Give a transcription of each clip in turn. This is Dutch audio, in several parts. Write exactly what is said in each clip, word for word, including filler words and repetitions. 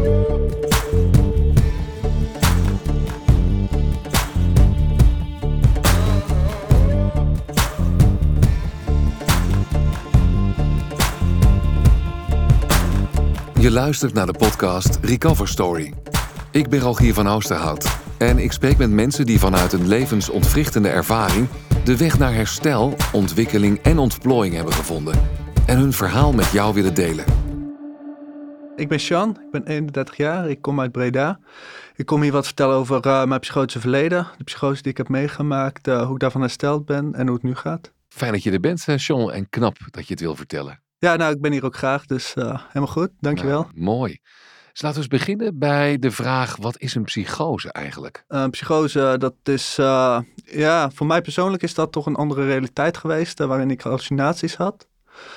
Je luistert naar de podcast Recover Story. Ik ben Rogier van Oosterhout en ik spreek met mensen die vanuit een levensontwrichtende ervaring de weg naar herstel, ontwikkeling en ontplooiing hebben gevonden en hun verhaal met jou willen delen. Ik ben Sean, ik ben eenendertig jaar, ik kom uit Breda. Ik kom hier wat vertellen over uh, mijn psychotische verleden, de psychose die ik heb meegemaakt, uh, hoe ik daarvan hersteld ben en hoe het nu gaat. Fijn dat je er bent, Sean, en knap dat je het wil vertellen. Ja, nou, ik ben hier ook graag, dus uh, helemaal goed. Dankjewel. Nou, mooi. Dus laten we eens beginnen bij de vraag, wat is een psychose eigenlijk? Een uh, psychose, dat is, uh, ja, voor mij persoonlijk is dat toch een andere realiteit geweest, uh, waarin ik hallucinaties had.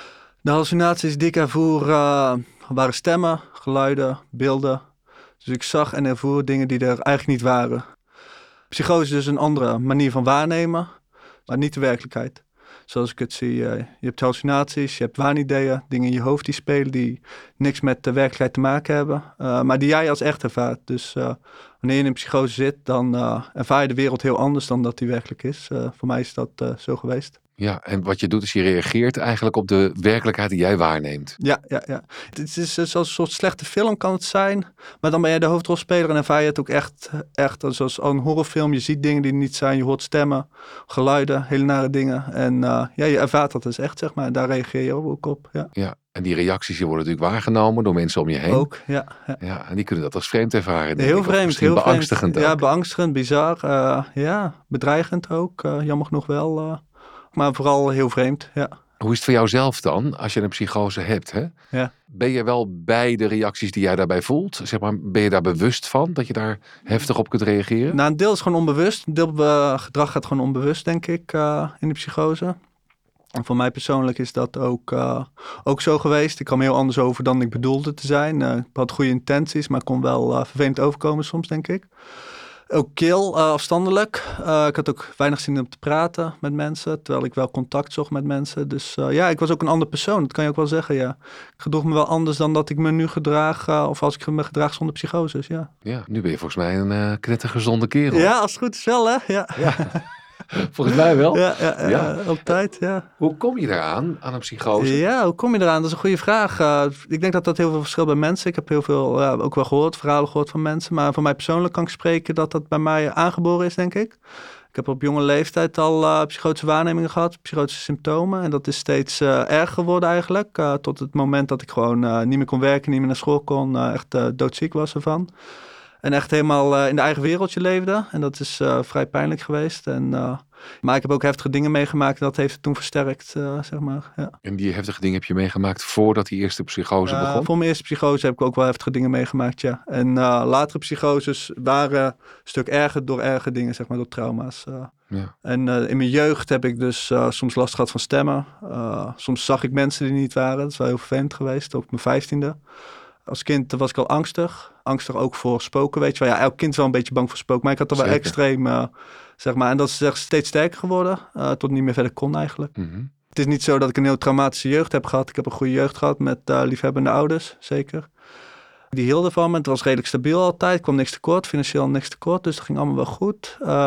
De hallucinaties die ik ervoer uh, waren stemmen, geluiden, beelden. Dus ik zag en ervoer dingen die er eigenlijk niet waren. Psychose is dus een andere manier van waarnemen, maar niet de werkelijkheid. Zoals ik het zie, uh, je hebt hallucinaties, je hebt waanideeën, dingen in je hoofd die spelen die niks met de werkelijkheid te maken hebben, uh, maar die jij als echt ervaart. Dus uh, wanneer je in een psychose zit, dan uh, ervaar je de wereld heel anders dan dat die werkelijk is. Uh, voor mij is dat uh, zo geweest. Ja, en wat je doet is je reageert eigenlijk op de werkelijkheid die jij waarneemt. Ja, ja, ja. Het is zoals een soort slechte film kan het zijn, maar dan ben jij de hoofdrolspeler en ervaar je het ook echt, echt zoals een horrorfilm. Je ziet dingen die er niet zijn, je hoort stemmen, geluiden, hele nare dingen. En uh, ja, je ervaart dat dus echt, zeg maar. Daar reageer je ook op, ja. Ja, en die reacties die worden natuurlijk waargenomen door mensen om je heen. Ook, ja. Ja, ja en die kunnen dat als vreemd ervaren. Heel ik. vreemd, heel beangstigend vreemd. ook. Ja, beangstigend, bizar. Uh, ja, bedreigend ook, uh, jammer genoeg wel. Uh, maar vooral heel vreemd, ja. Hoe is het voor jou zelf dan, als je een psychose hebt? Hè? Ja. Ben je wel bij de reacties die jij daarbij voelt? Zeg maar, ben je daar bewust van, dat je daar heftig op kunt reageren? Nou, een deel is gewoon onbewust. Een deel uh, gedrag gaat gewoon onbewust, denk ik, uh, in de psychose. En voor mij persoonlijk is dat ook, uh, ook zo geweest. Ik kwam heel anders over dan ik bedoelde te zijn. Uh, ik had goede intenties, maar kon wel uh, vervelend overkomen soms, denk ik. Ook kil, uh, afstandelijk. Uh, ik had ook weinig zin om te praten met mensen, terwijl ik wel contact zocht met mensen. Dus uh, ja, ik was ook een ander persoon, dat kan je ook wel zeggen, ja. Ik gedroeg me wel anders dan dat ik me nu gedraag, uh, of als ik me gedraag zonder psychoses, ja. Ja, nu ben je volgens mij een uh, knettergezonde kerel. Ja, als het goed is wel, hè. Ja. Ja. Volgens mij wel. Ja, ja, ja, ja. Op tijd, ja. Hoe kom je eraan, aan een psychose? Ja, hoe kom je eraan? Dat is een goede vraag. Uh, ik denk dat dat heel veel verschilt bij mensen. Ik heb heel veel, ja, ook wel gehoord, verhalen gehoord van mensen. Maar voor mij persoonlijk kan ik spreken dat dat bij mij aangeboren is, denk ik. Ik heb op jonge leeftijd al uh, psychotische waarnemingen gehad, psychotische symptomen. En dat is steeds uh, erger geworden eigenlijk. Uh, tot het moment dat ik gewoon uh, niet meer kon werken, niet meer naar school kon. Uh, echt uh, doodziek was ervan. En echt helemaal uh, in de eigen wereldje leefde. En dat is uh, vrij pijnlijk geweest. En, uh, maar ik heb ook heftige dingen meegemaakt. En dat heeft het toen versterkt, uh, zeg maar. Ja. En die heftige dingen heb je meegemaakt voordat die eerste psychose uh, begon? Voor mijn eerste psychose heb ik ook wel heftige dingen meegemaakt, ja. En uh, latere psychoses waren een stuk erger door erge dingen, zeg maar, door trauma's. Uh. Ja. En uh, in mijn jeugd heb ik dus uh, soms last gehad van stemmen. Uh, soms zag ik mensen die niet waren. Dat is wel heel vervelend geweest, ook op mijn vijftiende. Als kind was ik al angstig. Angstig ook voor spoken, weet je wel. Ja, elk kind is wel een beetje bang voor spoken. Maar ik had er wel Zeker. extreem, uh, zeg maar. En dat is echt steeds sterker geworden. Uh, tot niet meer verder kon eigenlijk. Mm-hmm. Het is niet zo dat ik een heel traumatische jeugd heb gehad. Ik heb een goede jeugd gehad met uh, liefhebbende ouders, zeker. Die hielden van me. Het was redelijk stabiel altijd. Ik kwam niks tekort, financieel niks tekort. Dus dat ging allemaal wel goed. Uh,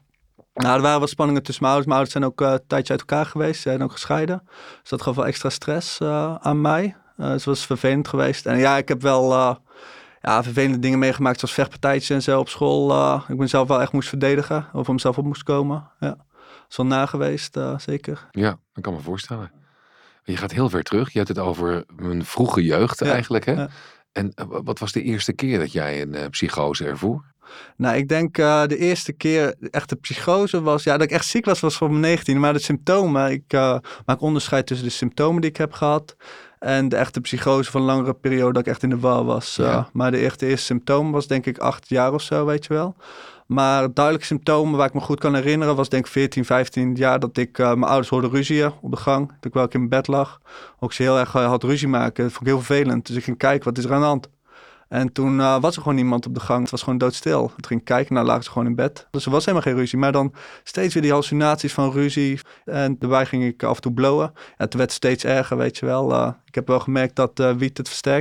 nou, er waren wel spanningen tussen mijn ouders. Mijn ouders zijn ook uh, een tijdje uit elkaar geweest. Ze zijn ook gescheiden. Dus dat gaf wel extra stress uh, aan mij. Uh, dus het was vervelend geweest. En ja, ik heb wel uh, ja, vervelende dingen meegemaakt, zoals vechtpartijtjes en zo op school. Uh, ik mezelf wel echt moest verdedigen, of voor mezelf op moest komen. Ja, dat is wel na geweest, uh, zeker. Ja, dat kan me voorstellen. Je gaat heel ver terug. Je hebt het over een vroege jeugd ja, eigenlijk, hè? Ja. En uh, wat was de eerste keer dat jij een uh, psychose ervoer? Nou, ik denk uh, de eerste keer echt de psychose was... Ja, dat ik echt ziek was, was voor mijn negentiende. Maar de symptomen, ik uh, maak onderscheid tussen de symptomen die ik heb gehad... en de echte psychose van een langere periode dat ik echt in de war was. Ja. Uh, maar de eerste, eerste symptomen was denk ik acht jaar of zo, weet je wel. Maar duidelijke symptomen waar ik me goed kan herinneren... was denk ik veertien, vijftien jaar dat ik uh, mijn ouders hoorde ruzieën op de gang. Dat ik wel in mijn bed lag. Ook ze heel erg uh, had ruzie maken. Dat vond ik heel vervelend. Dus ik ging kijken, wat is er aan de hand? En toen uh, was er gewoon niemand op de gang. Het was gewoon doodstil. Toen ging ik kijken, nou lagen ze gewoon in bed. Dus er was helemaal geen ruzie. Maar dan steeds weer die hallucinaties van ruzie. En daarbij ging ik af en toe blowen. En het werd steeds erger, weet je wel. Uh, ik heb wel gemerkt dat uh, wiet het versterkte.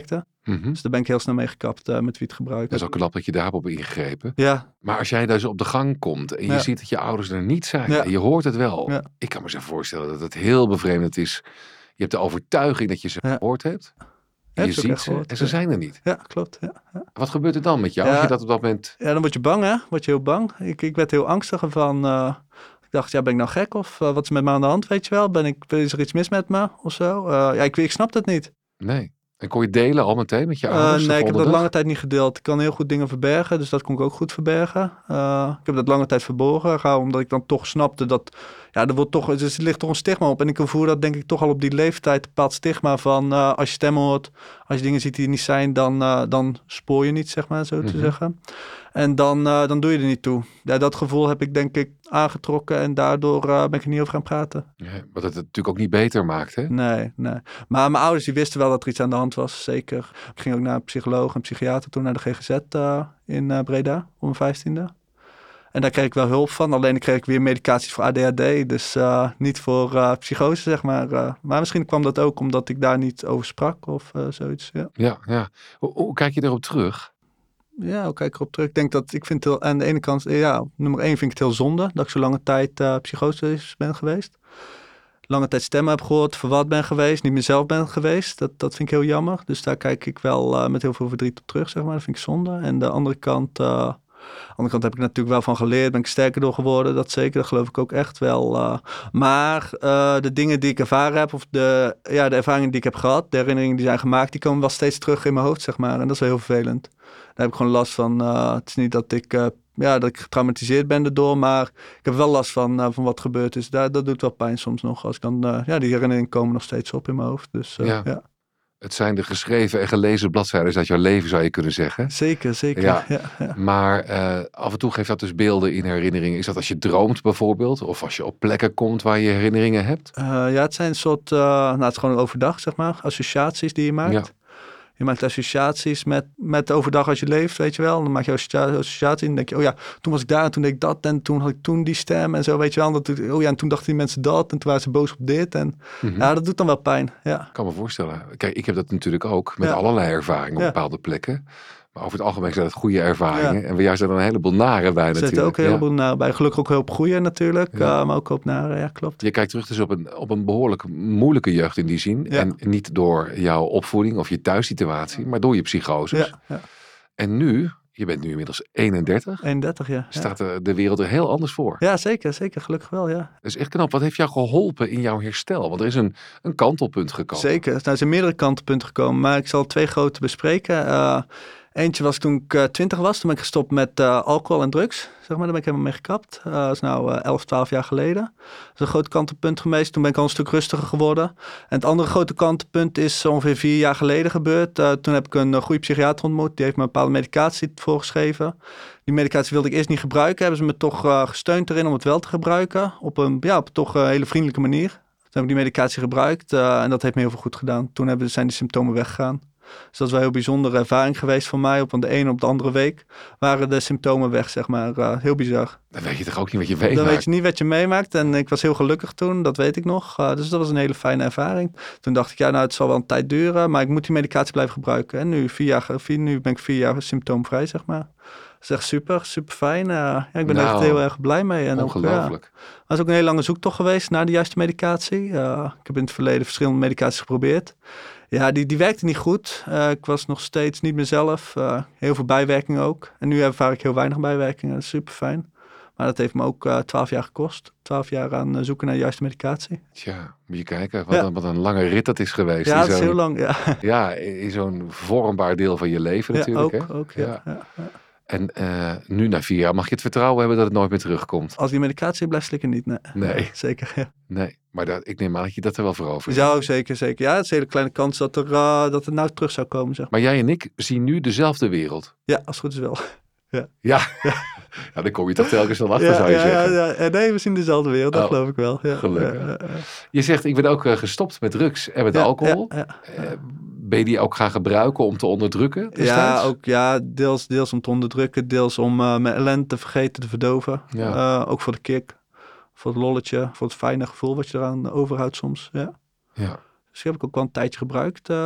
Mm-hmm. Dus daar ben ik heel snel mee gekapt uh, met wietgebruik. Dat is ook knap dat je daar hebt op ingegrepen. Ja. Maar als jij dus op de gang komt en je ja. ziet dat je ouders er niet zijn. Ja. En je hoort het wel. Ja. Ik kan me zo voorstellen dat het heel bevreemdend is. Je hebt de overtuiging dat je ze ja. gehoord hebt. En je ziet ze gehoord, en ze ja. zijn er niet. Ja, klopt. Ja. Ja. Wat gebeurt er dan met jou ja. als je dat op dat moment... Ja, dan word je bang hè. Word je heel bang. Ik, ik werd heel angstig van... Uh, ik dacht, ja, ben ik nou gek? Of uh, wat is met me aan de hand, weet je wel? Ben ik, is er iets mis met me of zo? Uh, ja, ik, ik snap het niet. Nee. En kon je delen al meteen met je ouders? Uh, nee, ik heb dat lange tijd niet gedeeld. Ik kan heel goed dingen verbergen, dus dat kon ik ook goed verbergen. Uh, ik heb dat lange tijd verborgen, gauw, omdat ik dan toch snapte dat... Ja, er, wordt toch, er ligt toch een stigma op. En ik voer dat denk ik toch al op die leeftijd. Een bepaald stigma van uh, als je stemmen hoort, als je dingen ziet die er niet zijn, dan, uh, dan spoor je niet, zeg maar, zo mm-hmm. te zeggen. En dan, uh, dan doe je er niet toe. Ja, dat gevoel heb ik denk ik aangetrokken en daardoor uh, ben ik er niet over gaan praten. Ja, wat het natuurlijk ook niet beter maakt, hè? Nee, nee. Maar mijn ouders die wisten wel dat er iets aan de hand was, zeker. Ik ging ook naar een psycholoog en psychiater toen naar de G G Z uh, in uh, Breda, om mijn vijftiende. En daar kreeg ik wel hulp van. Alleen kreeg ik weer medicaties voor A D H D. Dus uh, niet voor uh, psychose, zeg maar. Uh, maar misschien kwam dat ook omdat ik daar niet over sprak of uh, zoiets. Ja, ja. ja. Hoe, hoe kijk je erop terug? Ja, hoe kijk ik erop terug? Ik denk dat ik vind het heel, aan de ene kant, ja, nummer één vind ik het heel zonde dat ik zo lange tijd uh, psychose ben geweest. Lange tijd stemmen heb gehoord, verward ben geweest, niet mezelf ben geweest. Dat, dat vind ik heel jammer. Dus daar kijk ik wel uh, met heel veel verdriet op terug, zeg maar. Dat vind ik zonde. En de andere kant... Uh, Aan de andere kant heb ik er natuurlijk wel van geleerd. Ben ik sterker door geworden, dat zeker. Dat geloof ik ook echt wel. Uh, maar uh, de dingen die ik ervaren heb, of de, ja, de ervaringen die ik heb gehad, de herinneringen die zijn gemaakt, die komen wel steeds terug in mijn hoofd, zeg maar. En dat is wel heel vervelend. Daar heb ik gewoon last van. Uh, het is niet dat ik, uh, ja, dat ik getraumatiseerd ben erdoor, maar ik heb wel last van, uh, van wat gebeurd is. Daar, dat doet wel pijn soms nog. Als ik dan, uh, ja, die herinneringen komen nog steeds op in mijn hoofd. Dus uh, ja. ja. Het zijn de geschreven en gelezen bladzijden uit jouw leven, zou je kunnen zeggen. Zeker, zeker. Ja. Ja, ja. Maar uh, af en toe geeft dat dus beelden in herinneringen. Is dat als je droomt bijvoorbeeld? Of als je op plekken komt waar je herinneringen hebt? Uh, ja, het zijn een soort, uh, nou het is gewoon overdag, zeg maar. Associaties die je maakt. Ja. Je maakt associaties met, met overdag als je leeft, weet je wel. Dan maak je associaties en dan denk je, oh ja, toen was ik daar en toen deed ik dat en toen had ik toen die stem en zo, weet je wel. Dat, oh ja, en toen dachten die mensen dat en toen waren ze boos op dit. En mm-hmm. ja, dat doet dan wel pijn, ja. Ik kan me voorstellen. Kijk, ik heb dat natuurlijk ook met ja. allerlei ervaringen op ja. bepaalde plekken. Maar over het algemeen zijn het goede ervaringen. Ja. En bij jou zijn er een heleboel nare bij natuurlijk. Er zitten ook een heleboel ja. nare bij. Gelukkig ook heel op goede natuurlijk. Ja. Uh, maar ook op nare, ja klopt. Je kijkt terug dus op een, op een behoorlijk moeilijke jeugd in die zin. Ja. En niet door jouw opvoeding of je thuissituatie. Maar door je psychoses. Ja. Ja. En nu, je bent nu inmiddels eenendertig. eenendertig, ja. Staat de, de wereld er heel anders voor. Ja, zeker. Zeker. Gelukkig wel, ja. Dat is echt knap. Wat heeft jou geholpen in jouw herstel? Want er is een, een kantelpunt gekomen. Zeker. Nou, er zijn meerdere kantelpunten gekomen. Maar ik zal twee grote bespreken. Uh, Eentje was toen ik uh, twintig was. Toen ben ik gestopt met uh, alcohol en drugs. Zeg maar, daar ben ik helemaal mee gekapt. Uh, dat is nou uh, elf, twaalf jaar geleden. Dat is een groot kantelpunt geweest. Toen ben ik al een stuk rustiger geworden. En het andere grote kantelpunt is ongeveer vier jaar geleden gebeurd. Uh, toen heb ik een uh, goede psychiater ontmoet. Die heeft me een bepaalde medicatie voorgeschreven. Die medicatie wilde ik eerst niet gebruiken. Hebben ze me toch uh, gesteund erin om het wel te gebruiken. Op een, ja, op toch een hele vriendelijke manier. Toen heb ik die medicatie gebruikt. Uh, en dat heeft me heel veel goed gedaan. Toen hebben, zijn die symptomen weggegaan. Dus dat is wel een heel bijzondere ervaring geweest voor mij. Op de ene op de andere week waren de symptomen weg, zeg maar. Uh, heel bizar. Dan weet je toch ook niet wat je meemaakt? Dan weet je niet wat je meemaakt. En ik was heel gelukkig toen, dat weet ik nog. Uh, dus dat was een hele fijne ervaring. Toen dacht ik, ja, nou, het zal wel een tijd duren. Maar ik moet die medicatie blijven gebruiken. En nu, vier jaar, vier, nu ben ik vier jaar symptoomvrij, zeg maar. Dat is echt super, super fijn. Uh, ja, ik ben nou, er echt heel erg blij mee. En ongelooflijk. Ook, ja, het is ook een hele lange zoektocht geweest naar de juiste medicatie. Uh, ik heb in het verleden verschillende medicaties geprobeerd. Ja, die, die werkte niet goed. Uh, ik was nog steeds niet mezelf. Uh, heel veel bijwerkingen ook. En nu ervaar ik heel weinig bijwerkingen. Dat is super fijn. Maar dat heeft me ook twaalf uh, jaar gekost. twaalf jaar aan uh, zoeken naar de juiste medicatie. Tja, moet je kijken wat, ja. een, wat een lange rit dat is geweest. Ja, dat is heel lang, ja. Ja, in zo'n vormbaar deel van je leven ja, natuurlijk. Ook, hè? ook, ja. ja. ja, ja. En uh, nu na vier jaar mag je het vertrouwen hebben dat het nooit meer terugkomt. Als die medicatie blijft slikken niet, nee. Nee. Zeker, ja. Nee, maar dat, ik neem aan dat je dat er wel voor over hebt. Ja, zeker, zeker. Ja, het is een hele kleine kans dat, er, uh, dat het nou terug zou komen, zeg maar. Maar jij en ik zien nu dezelfde wereld. Ja, als het goed is wel. Ja. Ja. Ja. Ja, dan kom je toch telkens wel achter, ja, zou je ja, zeggen. Ja, ja. Nee, we zien dezelfde wereld, dat oh, geloof ik wel. Ja. Gelukkig. Ja, ja, ja. Je zegt, ik ben ook uh, gestopt met drugs en met ja, alcohol. Ja, ja. Uh, ben je die ook gaan gebruiken om te onderdrukken destijds? Ja, ook, ja deels, deels om te onderdrukken, deels om uh, mijn ellende te vergeten, te verdoven. Ja. Uh, ook voor de kick, voor het lolletje, voor het fijne gevoel wat je eraan overhoudt soms. Ja. Ja. Dus die heb ik ook wel een tijdje gebruikt. Uh,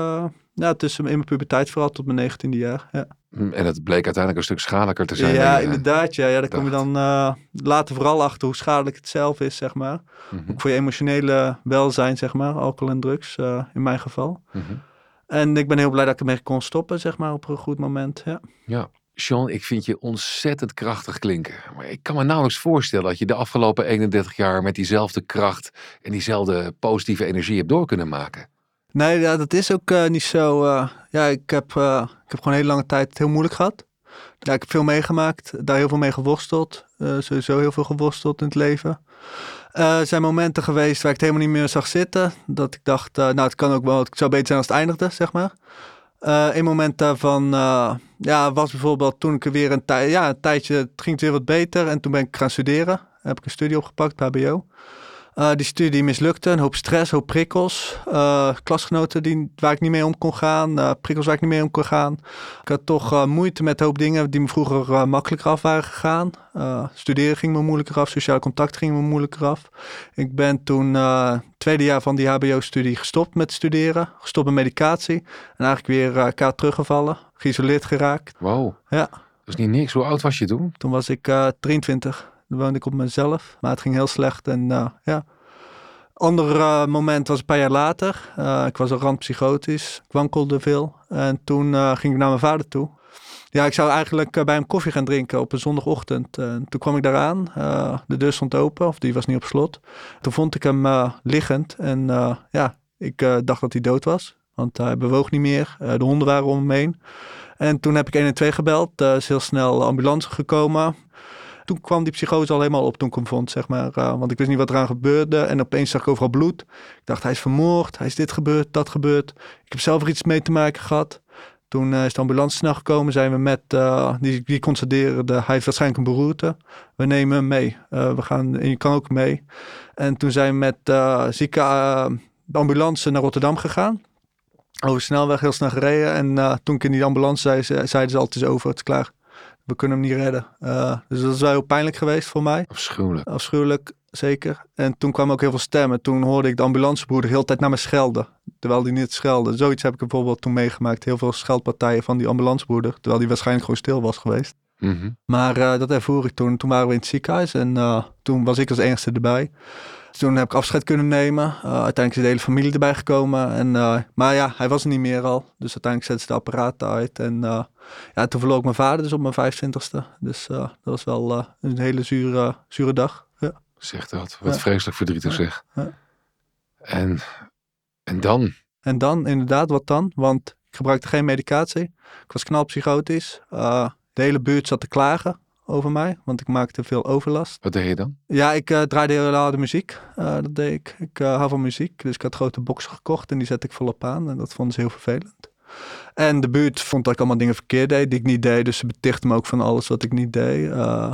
ja, tussen in mijn puberteit vooral tot mijn negentiende jaar. Ja. En het bleek uiteindelijk een stuk schadelijker te zijn. Ja, dan je inderdaad. Ja, ja, daar kom je dan uh, later vooral achter hoe schadelijk het zelf is, zeg maar. Mm-hmm. Ook voor je emotionele welzijn, zeg maar. Alcohol en drugs, uh, in mijn geval. Mm-hmm. En ik ben heel blij dat ik ermee kon stoppen, zeg maar, op een goed moment. Ja. Ja. Sean, ik vind je ontzettend krachtig klinken. Maar ik kan me nauwelijks voorstellen dat je de afgelopen eenendertig jaar met diezelfde kracht en diezelfde positieve energie hebt door kunnen maken. Nee, ja, dat is ook uh, niet zo. Uh, ja, ik heb, uh, ik heb gewoon een hele lange tijd het heel moeilijk gehad. Ja, ik heb veel meegemaakt, daar heel veel mee geworsteld. Uh, sowieso heel veel geworsteld in het leven. Uh, er zijn momenten geweest waar ik het helemaal niet meer zag zitten. Dat ik dacht, uh, nou het kan ook wel, het zou beter zijn als het eindigde, zeg maar. Uh, een moment daarvan uh, ja, was bijvoorbeeld toen ik er weer een, tij- ja, een tijdje, het ging het weer wat beter. En toen ben ik gaan studeren. Heb ik een studie opgepakt, H B O. Uh, die studie mislukte, een hoop stress, een hoop prikkels. Uh, klasgenoten die, waar ik niet mee om kon gaan, uh, prikkels waar ik niet mee om kon gaan. Ik had toch uh, moeite met een hoop dingen die me vroeger uh, makkelijker af waren gegaan. Uh, studeren ging me moeilijker af, sociale contact ging me moeilijker af. Ik ben toen uh, tweede jaar van die H B O-studie gestopt met studeren, gestopt met medicatie. En eigenlijk weer uh, kaart teruggevallen, geïsoleerd geraakt. Wow, ja. Dat is niet niks. Hoe oud was je toen? Toen was ik uh, drieëntwintig. Dan woonde ik op mezelf, maar het ging heel slecht. En uh, ja, ander uh, moment was een paar jaar later. Uh, ik was al randpsychotisch, ik wankelde veel. En toen uh, ging ik naar mijn vader toe. Ja, ik zou eigenlijk uh, bij hem koffie gaan drinken op een zondagochtend. Uh, toen kwam ik daaraan, uh, de deur stond open, of die was niet op slot. Toen vond ik hem uh, liggend en uh, ja, ik uh, dacht dat hij dood was. Want hij bewoog niet meer, uh, de honden waren om hem heen. En toen heb ik een en twee gebeld, uh, is heel snel ambulance gekomen. Toen kwam die psychose al helemaal op toen ik hem vond, zeg maar. Uh, want ik wist niet wat eraan gebeurde. En opeens zag ik overal bloed. Ik dacht, hij is vermoord. Hij is dit gebeurd, dat gebeurd. Ik heb zelf er iets mee te maken gehad. Toen uh, is de ambulance snel gekomen. Zijn we met, uh, die, die constateerde, hij heeft waarschijnlijk een beroerte. We nemen hem mee. Uh, we gaan, en je kan ook mee. En toen zijn we met uh, zieke uh, de ambulance naar Rotterdam gegaan. Over de snelweg, heel snel gereden. En uh, toen ik in die ambulance zei, zeiden ze al, het is over, het is klaar. We kunnen hem niet redden. Uh, dus dat is wel heel pijnlijk geweest voor mij. Afschuwelijk. Afschuwelijk, zeker. En toen kwamen ook heel veel stemmen. Toen hoorde ik de ambulancebroeder heel de tijd naar me schelden. Terwijl hij niet schelde. Zoiets heb ik bijvoorbeeld toen meegemaakt. Heel veel scheldpartijen van die ambulancebroeder. Terwijl die waarschijnlijk gewoon stil was geweest. Mm-hmm. Maar uh, dat ervoer ik toen. Toen waren we in het ziekenhuis. En uh, toen was ik als enigste erbij. Toen heb ik afscheid kunnen nemen. Uh, uiteindelijk is de hele familie erbij gekomen. En, uh, maar ja, hij was er niet meer al. Dus uiteindelijk zetten ze de apparaten uit. En uh, ja, toen verloor ik mijn vader dus op mijn vijfentwintigste. Dus uh, dat was wel uh, een hele zure, zure dag. Ja. Zeg dat. Wat ja. vreselijk verdrietig ja. zeg. Ja. En, en dan? En dan, inderdaad, wat dan? Want ik gebruikte geen medicatie. Ik was knalpsychotisch. Uh, de hele buurt zat te klagen over mij, want ik maakte veel overlast. Wat deed je dan? Ja, ik uh, draaide heel harde muziek. Uh, dat deed ik. Ik uh, hou van muziek, dus ik had grote boxen gekocht en die zette ik volop aan. En dat vonden ze heel vervelend. En de buurt vond dat ik allemaal dingen verkeerd deed die ik niet deed. Dus ze betichtten me ook van alles wat ik niet deed. Uh,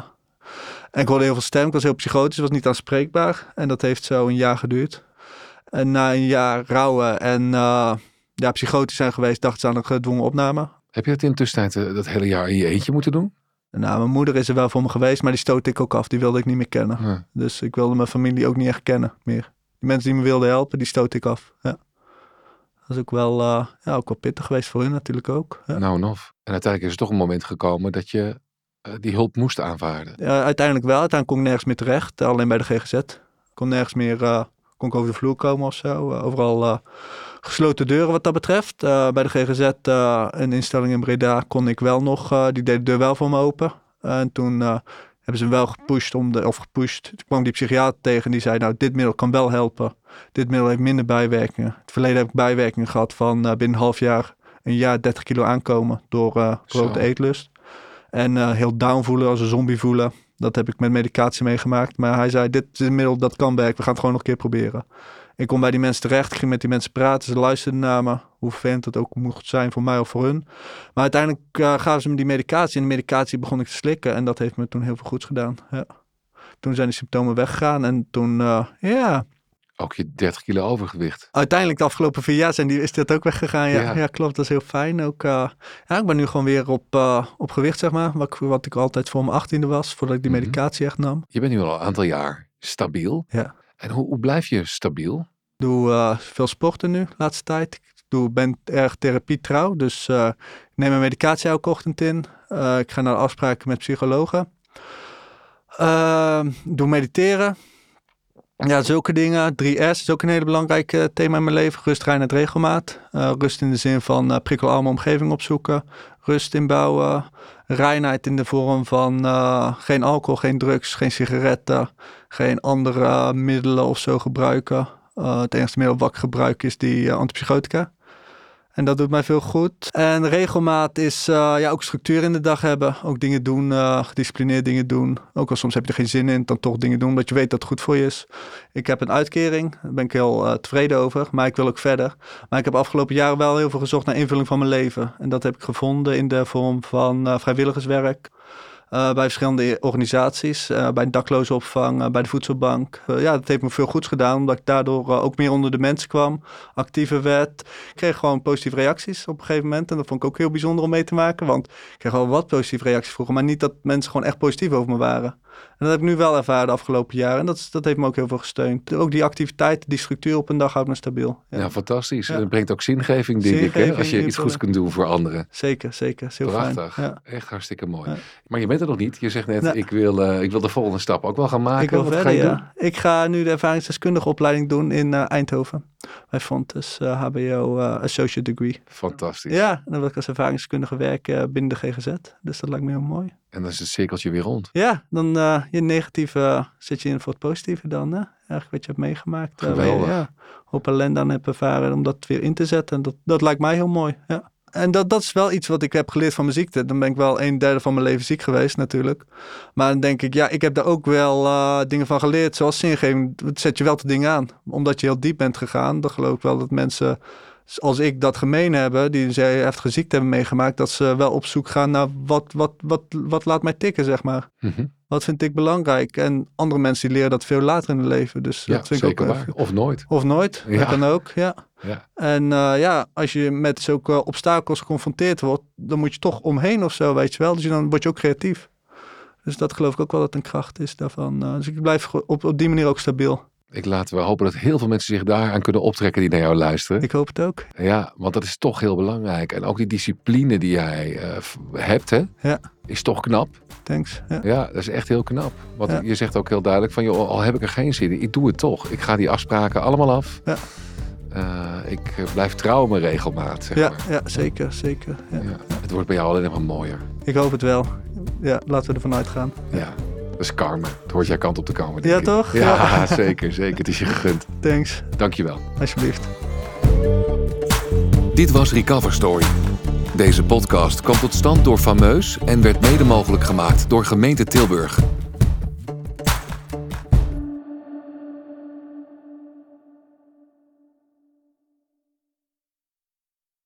en ik hoorde heel veel stem. Ik was heel psychotisch, was niet aanspreekbaar. En dat heeft zo een jaar geduurd. En na een jaar rouwen en uh, ja, psychotisch zijn geweest, dachten ze aan een gedwongen opname. Heb je dat in de tussentijd uh, dat hele jaar in je eentje moeten doen? Nou, mijn moeder is er wel voor me geweest, maar die stootte ik ook af. Die wilde ik niet meer kennen. Ja. Dus ik wilde mijn familie ook niet echt kennen meer. Die mensen die me wilden helpen, die stootte ik af. Ja. Dat is ook wel, uh, ja, ook wel pittig geweest voor hun natuurlijk ook. Ja. Nou en of. En uiteindelijk is er toch een moment gekomen dat je uh, die hulp moest aanvaarden. Ja, uiteindelijk wel. Uiteindelijk kon ik nergens meer terecht. Alleen bij de G G Z. Ik kon nergens meer, uh, kon ik over de vloer komen of zo. Uh, overal uh, gesloten deuren wat dat betreft. Uh, bij de G G Z, uh, een instelling in Breda, kon ik wel nog, uh, die deed de deur wel voor me open. Uh, en toen uh, hebben ze hem wel gepusht, om de, of gepusht. Toen kwam die psychiater tegen en die zei, nou, dit middel kan wel helpen. Dit middel heeft minder bijwerkingen. In het verleden heb ik bijwerkingen gehad van uh, binnen een half jaar, een jaar dertig kilo aankomen door uh, grote eetlust. En uh, heel down voelen, als een zombie voelen. Dat heb ik met medicatie meegemaakt. Maar hij zei, dit is een middel dat kan werken. We gaan het gewoon nog een keer proberen. Ik kom bij die mensen terecht. Ik ging met die mensen praten. Ze luisterden naar me. Hoe vervelend het ook mocht zijn voor mij of voor hun. Maar uiteindelijk uh, gaven ze me die medicatie. En de medicatie begon ik te slikken. En dat heeft me toen heel veel goeds gedaan. Ja. Toen zijn de symptomen weggegaan. En toen, uh, ja... Ook je dertig kilo overgewicht. Uiteindelijk de afgelopen vier jaar zijn die, is dat ook weggegaan. Ja, ja. ja klopt. Dat is heel fijn. Ook, uh, ja, ik ben nu gewoon weer op, uh, op gewicht, zeg maar. Wat, wat ik altijd voor mijn achttiende was. Voordat ik die medicatie echt nam. Je bent nu al een aantal jaar stabiel. Ja. En hoe, hoe blijf je stabiel? Ik doe uh, veel sporten nu, de laatste tijd. Ik doe, ben erg therapietrouw. Dus uh, ik neem mijn medicatie elke ochtend in. Uh, ik ga naar afspraken met psychologen. Uh, doe mediteren. Ja, zulke dingen. drie S is ook een hele belangrijke thema in mijn leven. Rust, reinheid, regelmaat. Uh, rust in de zin van uh, prikkelarme omgeving opzoeken. Rust inbouwen. Reinheid in de vorm van uh, geen alcohol, geen drugs, geen sigaretten. Geen andere middelen of zo gebruiken. Uh, het enige middel wat ik gebruik is die uh, antipsychotica. En dat doet mij veel goed. En regelmaat is uh, ja, ook structuur in de dag hebben. Ook dingen doen, uh, gedisciplineerd dingen doen. Ook al soms heb je er geen zin in, dan toch dingen doen. Omdat je weet dat het goed voor je is. Ik heb een uitkering, daar ben ik heel uh, tevreden over. Maar ik wil ook verder. Maar ik heb afgelopen jaren wel heel veel gezocht naar invulling van mijn leven. En dat heb ik gevonden in de vorm van uh, vrijwilligerswerk. Uh, bij verschillende organisaties, uh, bij de daklozenopvang, uh, bij de voedselbank. Uh, ja, dat heeft me veel goeds gedaan, omdat ik daardoor uh, ook meer onder de mensen kwam, actiever werd. Ik kreeg gewoon positieve reacties op een gegeven moment. En dat vond ik ook heel bijzonder om mee te maken, want ik kreeg wel wat positieve reacties vroeger, maar niet dat mensen gewoon echt positief over me waren. En dat heb ik nu wel ervaren de afgelopen jaren. En dat, dat heeft me ook heel veel gesteund. Ook die activiteit, die structuur op een dag houdt me stabiel. Ja, ja fantastisch. Ja. En het brengt ook zingeving, denk zingeving, ik, hè? Als je iets goeds kunt doen voor anderen. Zeker, zeker. Is heel prachtig. Fijn. Ja. Echt hartstikke mooi. Ja. Maar je bent er nog niet. Je zegt net, nee. ik, wil, uh, ik wil de volgende stap ook wel gaan maken. Ik wil Wat verder, ga je ja. doen? Ik ga nu de ervaringsdeskundige opleiding doen in uh, Eindhoven. Bij Fontes uh, H B O uh, Associate Degree. Fantastisch. Ja, en dan wil ik als ervaringsdeskundige werken binnen de G G Z. Dus dat lijkt me heel mooi. En dan is het cirkeltje weer rond. Ja, dan uh, je negatieve uh, zit je in voor het positieve dan. Hè? Eigenlijk wat je hebt meegemaakt. Geweldig. Uh, ja, op ellende aan hebt ervaren om dat weer in te zetten. En dat, dat lijkt mij heel mooi, ja. En dat, dat is wel iets wat ik heb geleerd van mijn ziekte. Dan ben ik wel een derde van mijn leven ziek geweest natuurlijk. Maar dan denk ik, ja, ik heb daar ook wel uh, dingen van geleerd. Zoals zingeving, het zet je wel te dingen aan. Omdat je heel diep bent gegaan. Dan geloof ik wel dat mensen als ik dat gemeen hebben, die ze heftige ziekte hebben meegemaakt, dat ze wel op zoek gaan naar wat, wat, wat, wat laat mij tikken, zeg maar. Mm-hmm. Wat vind ik belangrijk? En andere mensen die leren dat veel later in het leven. Dus ja, dat vind zeker ik ook waar. Of nooit. Of nooit, ja. Dat kan ook, ja. ja. En uh, ja, als je met zulke obstakels geconfronteerd wordt, dan moet je toch omheen of zo, weet je wel. Dus dan word je ook creatief. Dus dat geloof ik ook wel dat een kracht is daarvan. Uh, dus ik blijf op, op die manier ook stabiel. Ik laat we hopen dat heel veel mensen zich daaraan kunnen optrekken die naar jou luisteren. Ik hoop het ook. Ja, want dat is toch heel belangrijk. En ook die discipline die jij uh, hebt, hè, ja. is toch knap. Thanks. Ja. ja, dat is echt heel knap. Want ja. je zegt ook heel duidelijk van, joh, al heb ik er geen zin in, ik doe het toch. Ik ga die afspraken allemaal af. Ja. Uh, ik blijf trouw aan mijn regelmaat, zeg ja, maar. Ja, zeker, zeker. Ja. Ja. Het wordt bij jou alleen nog maar mooier. Ik hoop het wel. Ja, laten we ervan uitgaan. Ja. ja. Dat is karma. Het hoort jouw kant op te komen, denk ja, ik. Toch? Ja, ja, zeker. Zeker. Het is je gegund. Thanks. Dankjewel. Alsjeblieft. Dit was Recover Story. Deze podcast kwam tot stand door Fameus en werd mede mogelijk gemaakt door Gemeente Tilburg.